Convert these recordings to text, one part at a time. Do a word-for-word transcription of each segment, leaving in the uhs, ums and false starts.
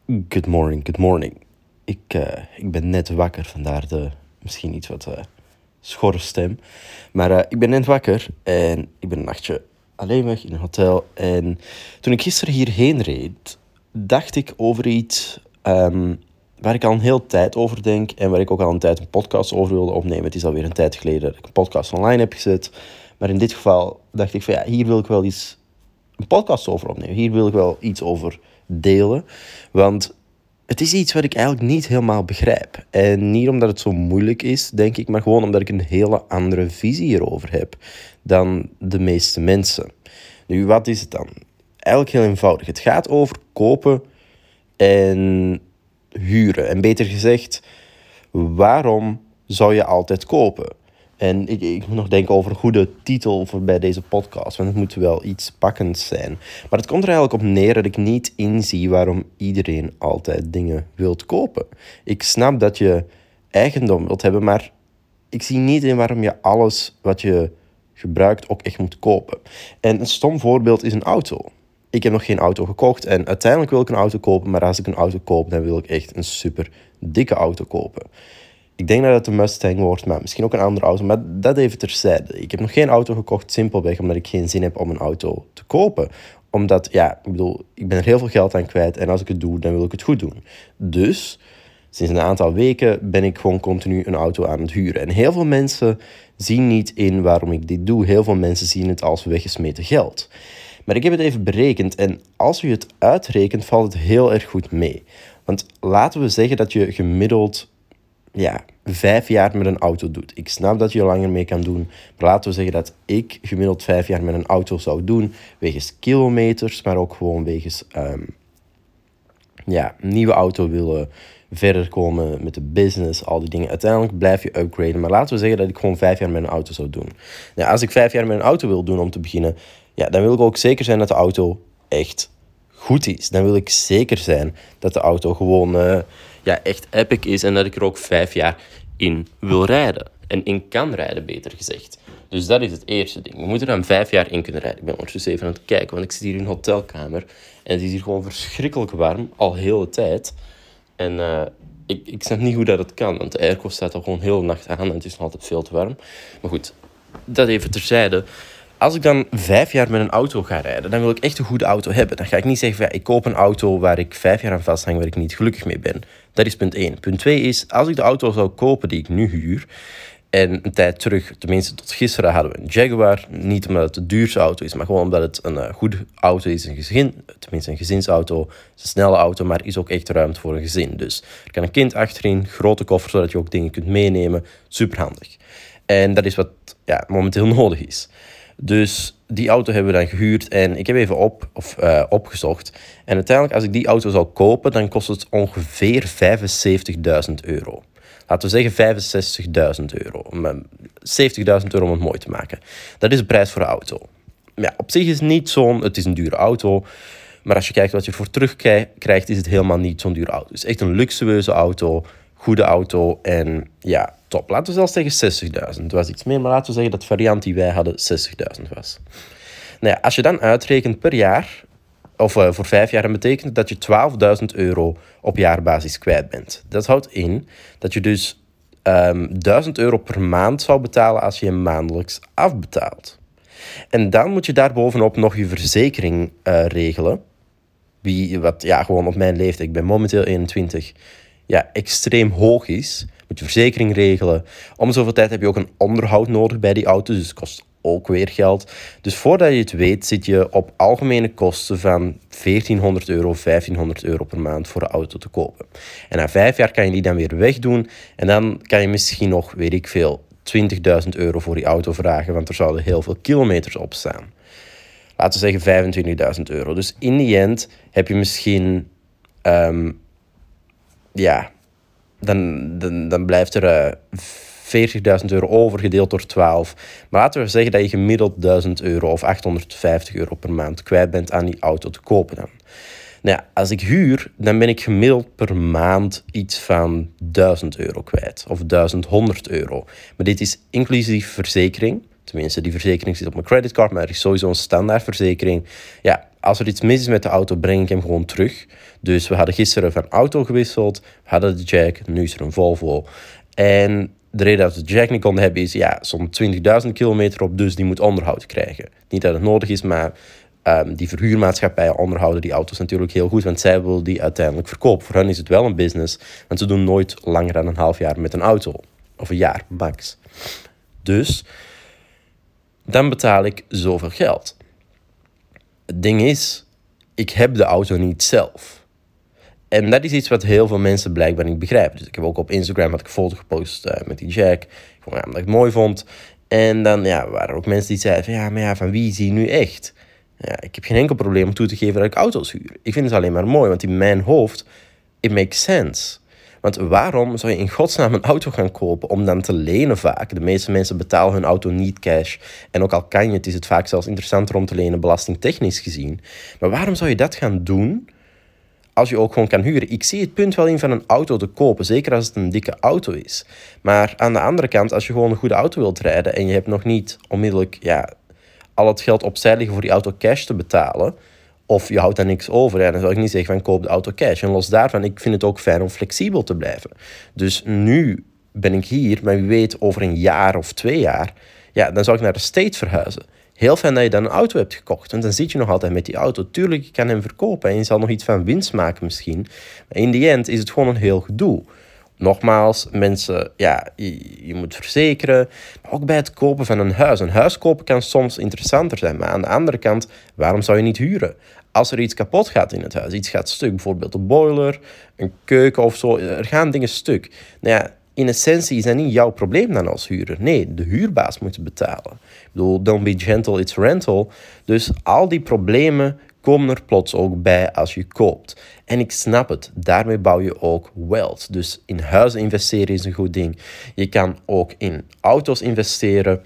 Good morning, good morning. Ik, uh, ik ben net wakker, vandaar de misschien iets wat uh, schorre stem. Maar uh, ik ben net wakker en ik ben een nachtje alleen weg in een hotel. En toen ik gisteren hierheen reed, dacht ik over iets um, waar ik al een hele tijd over denk. En waar ik ook al een tijd een podcast over wilde opnemen. Het is alweer een tijd geleden dat ik een podcast online heb gezet. Maar in dit geval dacht ik van ja, hier wil ik wel iets, een podcast over opnemen. Hier wil ik wel iets over delen. Want het is iets wat ik eigenlijk niet helemaal begrijp. En niet omdat het zo moeilijk is, denk ik, maar gewoon omdat ik een hele andere visie hierover heb dan de meeste mensen. Nu, wat is het dan? Eigenlijk heel eenvoudig. Het gaat over kopen en huren. En beter gezegd, waarom zou je altijd kopen? En ik, ik moet nog denken over een goede titel voor bij deze podcast, want het moet wel iets pakkends zijn. Maar het komt er eigenlijk op neer dat ik niet inzie waarom iedereen altijd dingen wilt kopen. Ik snap dat je eigendom wilt hebben, maar ik zie niet in waarom je alles wat je gebruikt ook echt moet kopen. En een stom voorbeeld is een auto. Ik heb nog geen auto gekocht en uiteindelijk wil ik een auto kopen, maar als ik een auto koop, dan wil ik echt een super dikke auto kopen. Ik denk dat het een Mustang wordt, maar misschien ook een andere auto. Maar dat even terzijde. Ik heb nog geen auto gekocht, simpelweg omdat ik geen zin heb om een auto te kopen. Omdat, ja, ik bedoel, ik ben er heel veel geld aan kwijt. En als ik het doe, dan wil ik het goed doen. Dus, sinds een aantal weken ben ik gewoon continu een auto aan het huren. En heel veel mensen zien niet in waarom ik dit doe. Heel veel mensen zien het als weggesmeten geld. Maar ik heb het even berekend. En als je het uitrekent, valt het heel erg goed mee. Want laten we zeggen dat je gemiddeld ja, vijf jaar met een auto doet. Ik snap dat je er langer mee kan doen. Maar laten we zeggen dat ik gemiddeld vijf jaar met een auto zou doen. Wegens kilometers, maar ook gewoon wegens um, ja, een nieuwe auto willen verder komen met de business, al die dingen. Uiteindelijk blijf je upgraden. Maar laten we zeggen dat ik gewoon vijf jaar met een auto zou doen. Nou, als ik vijf jaar met een auto wil doen om te beginnen, ja, dan wil ik ook zeker zijn dat de auto echt goed is. Dan wil ik zeker zijn dat de auto gewoon uh, ja, echt epic is en dat ik er ook vijf jaar in wil rijden. En in kan rijden, beter gezegd. Dus dat is het eerste ding. We moeten er dan vijf jaar in kunnen rijden. Ik ben ondertussen even aan het kijken, want ik zit hier in een hotelkamer. En het is hier gewoon verschrikkelijk warm, al heel de tijd. En uh, ik, ik snap niet hoe dat het kan, want de airco staat al gewoon heel de nacht aan en het is nog altijd veel te warm. Maar goed, dat even terzijde. Als ik dan vijf jaar met een auto ga rijden, dan wil ik echt een goede auto hebben. Dan ga ik niet zeggen van ja, ik koop een auto waar ik vijf jaar aan vasthang, waar ik niet gelukkig mee ben. Dat is punt één. Punt twee is, als ik de auto zou kopen die ik nu huur, en een tijd terug, tenminste tot gisteren, hadden we een Jaguar. Niet omdat het de duurste auto is, maar gewoon omdat het een uh, goede auto is. Een gezin, tenminste een gezinsauto. Het is een snelle auto, maar is ook echt ruimte voor een gezin. Dus er kan een kind achterin, grote koffer, zodat je ook dingen kunt meenemen. Superhandig. En dat is wat ja, momenteel nodig is. Dus die auto hebben we dan gehuurd en ik heb even op, of, uh, opgezocht. En uiteindelijk, als ik die auto zou kopen, dan kost het ongeveer vijfenzeventigduizend euro. Laten we zeggen vijfenzestigduizend euro. zeventigduizend euro om het mooi te maken. Dat is de prijs voor de auto. Ja, op zich is het niet zo'n... Het is een dure auto. Maar als je kijkt wat je ervoor terugkrijgt, is het helemaal niet zo'n dure auto. Het is echt een luxueuze auto. Goede auto. En ja, top. Laten we zelfs zeggen zestigduizend. Het was iets meer, maar laten we zeggen dat de variant die wij hadden zestigduizend was. Nou ja, als je dan uitrekent per jaar, of uh, voor vijf jaar, dan betekent dat je twaalfduizend euro op jaarbasis kwijt bent. Dat houdt in dat je dus um, duizend euro per maand zou betalen als je hem maandelijks afbetaalt. En dan moet je daarbovenop nog je verzekering uh, regelen. Wie, wat ja, gewoon op mijn leeftijd, ik ben momenteel eenentwintig, ja, extreem hoog is. Moet je verzekering regelen. Om zoveel tijd heb je ook een onderhoud nodig bij die auto, dus het kost ook weer geld. Dus voordat je het weet, zit je op algemene kosten van veertienhonderd euro, vijftienhonderd euro per maand voor de auto te kopen. En na vijf jaar kan je die dan weer wegdoen. En dan kan je misschien nog, weet ik veel, twintigduizend euro voor die auto vragen, want er zouden heel veel kilometers op staan. Laten we zeggen vijfentwintigduizend euro. Dus in die end heb je misschien... Um, ja, dan, dan, dan blijft er uh, veertigduizend euro over, gedeeld door twaalf. Maar laten we zeggen dat je gemiddeld duizend euro of achthonderdvijftig euro per maand kwijt bent aan die auto te kopen dan. Nou ja, als ik huur, dan ben ik gemiddeld per maand iets van duizend euro kwijt. Of duizendhonderd euro. Maar dit is inclusief verzekering. Tenminste, die verzekering zit op mijn creditcard, maar er is sowieso een standaardverzekering. Ja, als er iets mis is met de auto, breng ik hem gewoon terug. Dus we hadden gisteren van auto gewisseld. We hadden de jack, nu is er een Volvo. En de reden dat we de jack niet konden hebben is, ja, zo'n twintigduizend kilometer op, dus die moet onderhoud krijgen. Niet dat het nodig is, maar um, die verhuurmaatschappijen onderhouden die auto's natuurlijk heel goed, want zij willen die uiteindelijk verkopen. Voor hen is het wel een business, want ze doen nooit langer dan een half jaar met een auto. Of een jaar, max. Dus dan betaal ik zoveel geld. Het ding is, ik heb de auto niet zelf. En dat is iets wat heel veel mensen blijkbaar niet begrijpen. Dus ik heb ook op Instagram had ik een foto gepost uh, met die jack. Gewoon, ja, omdat ik het mooi vond. En dan ja, waren er ook mensen die zeiden van, ja, maar ja, van wie is die nu echt? Ja, ik heb geen enkel probleem om toe te geven dat ik auto's huur. Ik vind het alleen maar mooi, want in mijn hoofd, it makes sense. Want waarom zou je in godsnaam een auto gaan kopen om dan te lenen vaak? De meeste mensen betalen hun auto niet cash. En ook al kan je, het is het vaak zelfs interessanter om te lenen, belastingtechnisch gezien. Maar waarom zou je dat gaan doen als je ook gewoon kan huren? Ik zie het punt wel in van een auto te kopen, zeker als het een dikke auto is. Maar aan de andere kant, als je gewoon een goede auto wilt rijden en je hebt nog niet onmiddellijk ja, al het geld opzij liggen voor die auto cash te betalen, of je houdt daar niks over, ja, dan zou ik niet zeggen van koop de auto cash. En los daarvan, ik vind het ook fijn om flexibel te blijven. Dus nu ben ik hier, maar wie weet over een jaar of twee jaar, ja, dan zou ik naar de States verhuizen. Heel fijn dat je dan een auto hebt gekocht, want dan zit je nog altijd met die auto. Tuurlijk, je kan hem verkopen en je zal nog iets van winst maken misschien. Maar in die end is het gewoon een heel gedoe. Nogmaals, mensen, ja, je, je moet verzekeren. Maar ook bij het kopen van een huis. Een huis kopen kan soms interessanter zijn. Maar aan de andere kant, waarom zou je niet huren? Als er iets kapot gaat in het huis, iets gaat stuk. Bijvoorbeeld een boiler, een keuken of zo. Er gaan dingen stuk. Nou ja, in essentie is dat niet jouw probleem dan als huurder. Nee, de huurbaas moet het betalen. Ik bedoel, don't be gentle, it's rental. Dus al die problemen komen er plots ook bij als je koopt. En ik snap het, daarmee bouw je ook wealth. Dus in huizen investeren is een goed ding. Je kan ook in auto's investeren.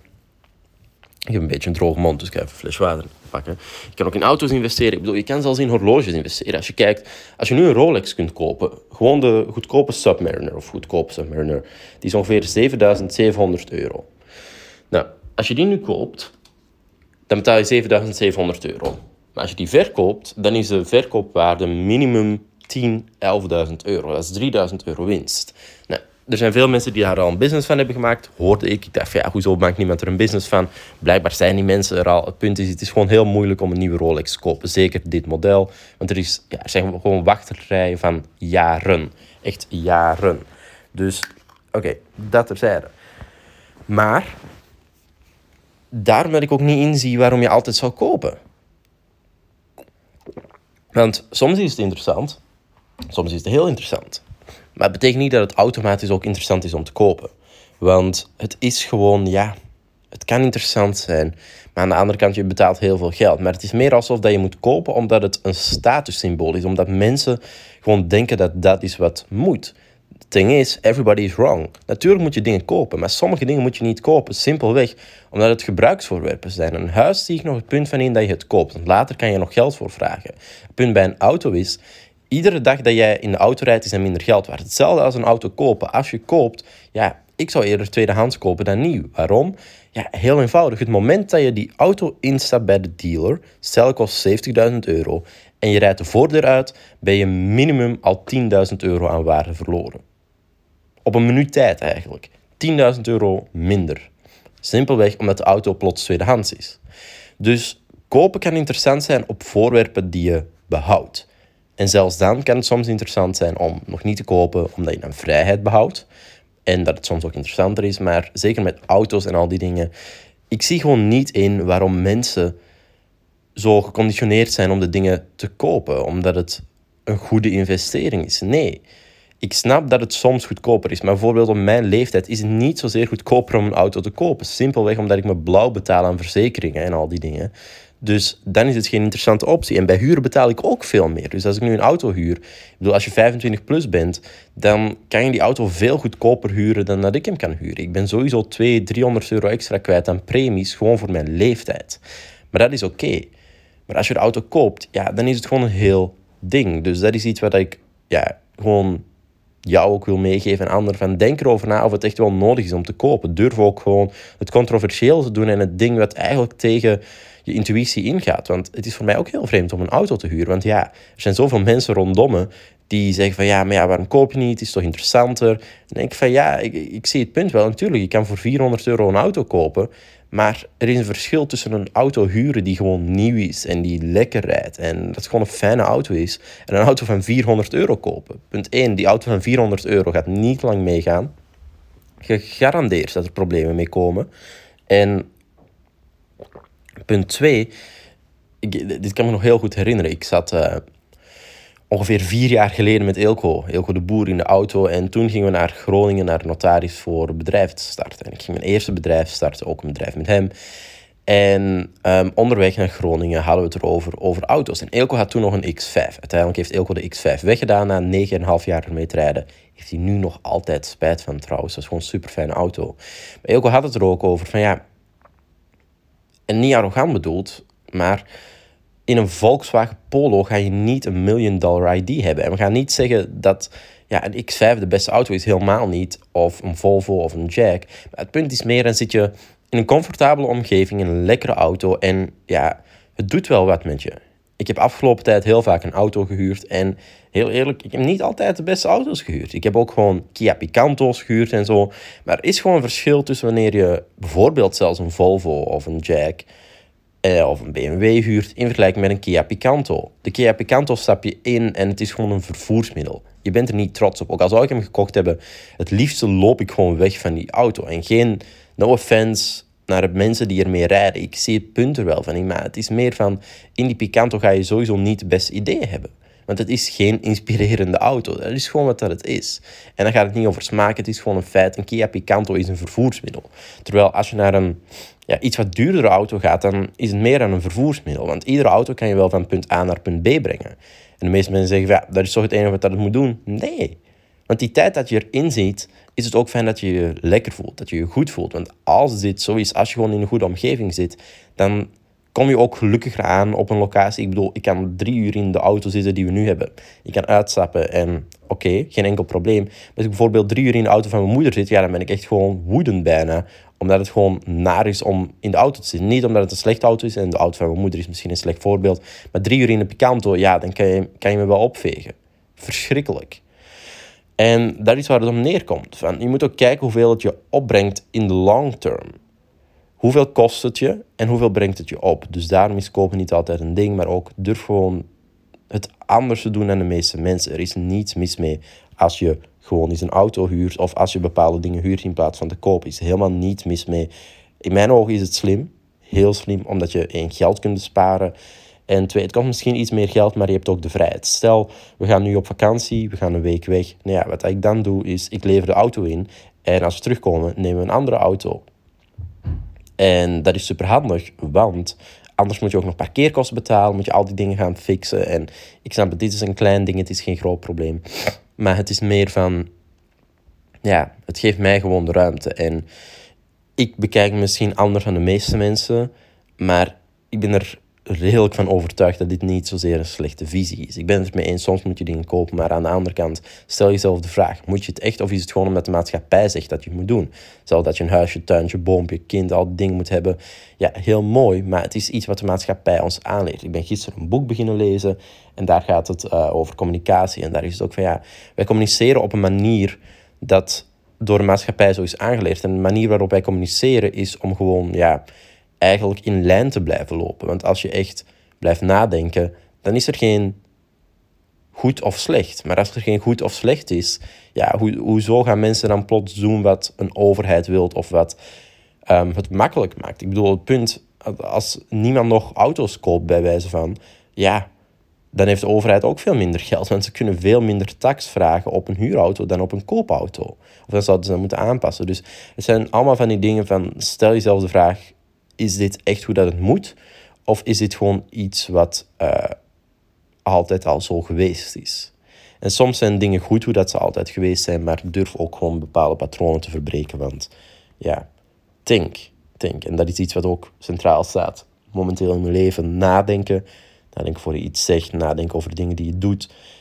Ik heb een beetje een droge mond, dus ik ga even een fles water pakken. Je kan ook in auto's investeren. Ik bedoel, je kan zelfs in horloges investeren. Als je kijkt, als je nu een Rolex kunt kopen, gewoon de goedkope Submariner of goedkope Submariner, die is ongeveer zevenduizend zevenhonderd euro. Nou, als je die nu koopt, dan betaal je zevenduizend zevenhonderd euro. Maar als je die verkoopt, dan is de verkoopwaarde minimum tien, elfduizend euro. Dat is drieduizend euro winst. Nou, er zijn veel mensen die daar al een business van hebben gemaakt, hoorde ik. Ik dacht van ja, hoezo maakt niemand er een business van? Blijkbaar zijn die mensen er al. Het punt is, het is gewoon heel moeilijk om een nieuwe Rolex te kopen. Zeker dit model. Want er, is, ja, er zijn gewoon wachtrijen van jaren. Echt jaren. Dus, oké, okay, dat terzijde. Maar daarom dat ik ook niet inzie waarom je altijd zou kopen. Want soms is het interessant, soms is het heel interessant. Maar het betekent niet dat het automatisch ook interessant is om te kopen. Want het is gewoon, ja, het kan interessant zijn. Maar aan de andere kant, je betaalt heel veel geld. Maar het is meer alsof dat je moet kopen omdat het een statussymbool is. Omdat mensen gewoon denken dat dat is wat moet. Het ding is, everybody is wrong. Natuurlijk moet je dingen kopen, maar sommige dingen moet je niet kopen. Simpelweg omdat het gebruiksvoorwerpen zijn. Een huis zie ik nog het punt van in dat je het koopt. Want later kan je nog geld voor vragen. Het punt bij een auto is, iedere dag dat jij in de auto rijdt is er minder geld waard. Hetzelfde als een auto kopen. Als je koopt, ja, ik zou eerder tweedehands kopen dan nieuw. Waarom? Ja, heel eenvoudig. Het moment dat je die auto instapt bij de dealer, stel kost zeventigduizend euro, en je rijdt de voordeur uit, ben je minimum al tienduizend euro aan waarde verloren. Op een minuut tijd eigenlijk. tienduizend euro minder. Simpelweg omdat de auto plots tweedehands is. Dus kopen kan interessant zijn op voorwerpen die je behoudt. En zelfs dan kan het soms interessant zijn om nog niet te kopen, omdat je dan vrijheid behoudt. En dat het soms ook interessanter is. Maar zeker met auto's en al die dingen. Ik zie gewoon niet in waarom mensen zo geconditioneerd zijn om de dingen te kopen. Omdat het een goede investering is. Nee. Ik snap dat het soms goedkoper is. Maar bijvoorbeeld op mijn leeftijd is het niet zozeer goedkoper om een auto te kopen. Simpelweg omdat ik me blauw betaal aan verzekeringen en al die dingen. Dus dan is het geen interessante optie. En bij huren betaal ik ook veel meer. Dus als ik nu een auto huur, ik bedoel, als je vijfentwintig plus bent, dan kan je die auto veel goedkoper huren dan dat ik hem kan huren. Ik ben sowieso tweehonderd, driehonderd euro extra kwijt aan premies, gewoon voor mijn leeftijd. Maar dat is oké. Okay. Maar als je de auto koopt, ja, dan is het gewoon een heel ding. Dus dat is iets wat ik, ja, gewoon jou ook wil meegeven en anderen. Van denk erover na of het echt wel nodig is om te kopen. Durf ook gewoon het controversieel te doen en het ding wat eigenlijk tegen je intuïtie ingaat. Want het is voor mij ook heel vreemd om een auto te huren. Want ja, er zijn zoveel mensen rondom me die zeggen van ja, maar ja, waarom koop je niet? Het is toch interessanter? En dan denk ik van ja, ik, ik zie het punt wel. Natuurlijk, je kan voor vierhonderd euro een auto kopen. Maar er is een verschil tussen een auto huren die gewoon nieuw is en die lekker rijdt. En dat het gewoon een fijne auto is. En een auto van vierhonderd euro kopen. Punt één, die auto van vierhonderd euro gaat niet lang meegaan. Gegarandeerd dat er problemen mee komen. En punt twee, ik, dit kan me nog heel goed herinneren. Ik zat uh, ongeveer vier jaar geleden met Eelco, Eelco de Boer, in de auto. En toen gingen we naar Groningen, naar de notaris, voor een bedrijf te starten. En ik ging mijn eerste bedrijf starten, ook een bedrijf met hem. En um, onderweg naar Groningen hadden we het erover, over auto's. En Eelco had toen nog een X vijf. Uiteindelijk heeft Eelco de X vijf weggedaan na negen en een half jaar ermee te rijden. Heeft hij nu nog altijd spijt van trouwens. Dat is gewoon een super fijne auto. Maar Eelco had het er ook over van ja, en niet arrogant bedoeld, maar in een Volkswagen Polo ga je niet een million dollar I D hebben. En we gaan niet zeggen dat ja, een X vijf de beste auto is, helemaal niet. Of een Volvo of een Jag. Maar het punt is meer, dan zit je in een comfortabele omgeving, in een lekkere auto. En ja, het doet wel wat met je. Ik heb afgelopen tijd heel vaak een auto gehuurd. En heel eerlijk, ik heb niet altijd de beste auto's gehuurd. Ik heb ook gewoon Kia Picanto's gehuurd en zo. Maar er is gewoon een verschil tussen wanneer je bijvoorbeeld zelfs een Volvo of een Jag eh, of een B M W huurt in vergelijking met een Kia Picanto. De Kia Picanto stap je in en het is gewoon een vervoersmiddel. Je bent er niet trots op. Ook al zou ik hem gekocht hebben, het liefste loop ik gewoon weg van die auto. En geen, no offense naar de mensen die ermee rijden. Ik zie het punt er wel van in, maar het is meer van, in die Picanto ga je sowieso niet de beste ideeën hebben. Want het is geen inspirerende auto. Dat is gewoon wat dat het is. En dan gaat het niet over smaak, het is gewoon een feit. Een Kia Picanto is een vervoersmiddel. Terwijl als je naar een ja, iets wat duurdere auto gaat, dan is het meer dan een vervoersmiddel. Want iedere auto kan je wel van punt A naar punt B brengen. En de meeste mensen zeggen, ja, dat is toch het enige wat dat het moet doen? Nee. Want die tijd dat je erin zit, is het ook fijn dat je je lekker voelt. Dat je je goed voelt. Want als dit zo is, als je gewoon in een goede omgeving zit, dan kom je ook gelukkiger aan op een locatie. Ik bedoel, ik kan drie uur in de auto zitten die we nu hebben. Ik kan uitstappen en oké, okay, geen enkel probleem. Maar als ik bijvoorbeeld drie uur in de auto van mijn moeder zit, ja, dan ben ik echt gewoon woedend bijna. Omdat het gewoon naar is om in de auto te zitten. Niet omdat het een slechte auto is, en de auto van mijn moeder is misschien een slecht voorbeeld. Maar drie uur in een Picanto, ja, dan kan je, kan je me wel opvegen. Verschrikkelijk. En dat is waar het om neerkomt. Van, je moet ook kijken hoeveel het je opbrengt in de long term. Hoeveel kost het je en hoeveel brengt het je op? Dus daarom is kopen niet altijd een ding, maar ook durf gewoon het anders te doen dan de meeste mensen. Er is niets mis mee als je gewoon eens een auto huurt of als je bepaalde dingen huurt in plaats van te kopen. Is helemaal niets mis mee. In mijn ogen is het slim, heel slim, omdat je één, geld kunt besparen. En twee, het kost misschien iets meer geld, maar je hebt ook de vrijheid. Stel, we gaan nu op vakantie, we gaan een week weg. Nou ja, wat ik dan doe, is ik lever de auto in. En als we terugkomen, nemen we een andere auto. En dat is super handig, want anders moet je ook nog parkeerkosten betalen. Moet je al die dingen gaan fixen. En ik snap het, dit is een klein ding, het is geen groot probleem. Maar het is meer van, ja, het geeft mij gewoon de ruimte. En ik bekijk me misschien anders dan de meeste mensen. Maar ik ben er redelijk van overtuigd dat dit niet zozeer een slechte visie is. Ik ben het ermee eens, soms moet je dingen kopen, maar aan de andere kant stel jezelf de vraag, moet je het echt of is het gewoon omdat de maatschappij zegt dat je het moet doen? Stel dat je een huisje, tuintje, boompje, kind, al die dingen moet hebben. Ja, heel mooi, maar het is iets wat de maatschappij ons aanleert. Ik ben gisteren een boek beginnen lezen en daar gaat het uh, over communicatie en daar is het ook van ja, wij communiceren op een manier dat door de maatschappij zo is aangeleerd. En de manier waarop wij communiceren is om gewoon, ja, eigenlijk in lijn te blijven lopen. Want als je echt blijft nadenken, dan is er geen goed of slecht. Maar als er geen goed of slecht is, ja, ho- hoezo gaan mensen dan plots doen wat een overheid wil of wat um, het makkelijk maakt? Ik bedoel, het punt, als niemand nog auto's koopt bij wijze van, ja, dan heeft de overheid ook veel minder geld. Want ze kunnen veel minder tax vragen op een huurauto dan op een koopauto. Of dan zouden ze dat moeten aanpassen. Dus het zijn allemaal van die dingen van, stel jezelf de vraag, is dit echt hoe dat het moet? Of is dit gewoon iets wat uh, altijd al zo geweest is? En soms zijn dingen goed hoe dat ze altijd geweest zijn, maar durf ook gewoon bepaalde patronen te verbreken. Want ja, think, think. En dat is iets wat ook centraal staat. Momenteel in mijn leven nadenken. Nadenken voor je iets zegt, nadenken over dingen die je doet.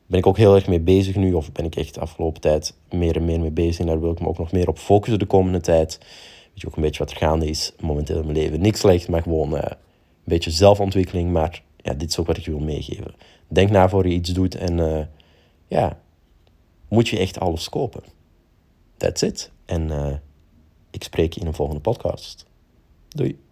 ben ik ook heel erg mee bezig nu. Of ben ik echt de afgelopen tijd meer en meer mee bezig. En daar wil ik me ook nog meer op focussen de komende tijd. Weet je ook een beetje wat er gaande is momenteel in mijn leven. Niks slecht, maar gewoon uh, een beetje zelfontwikkeling. Maar ja, dit is ook wat ik je wil meegeven. Denk na voor je iets doet. En uh, ja, moet je echt alles kopen. That's it. En uh, ik spreek je in een volgende podcast. Doei.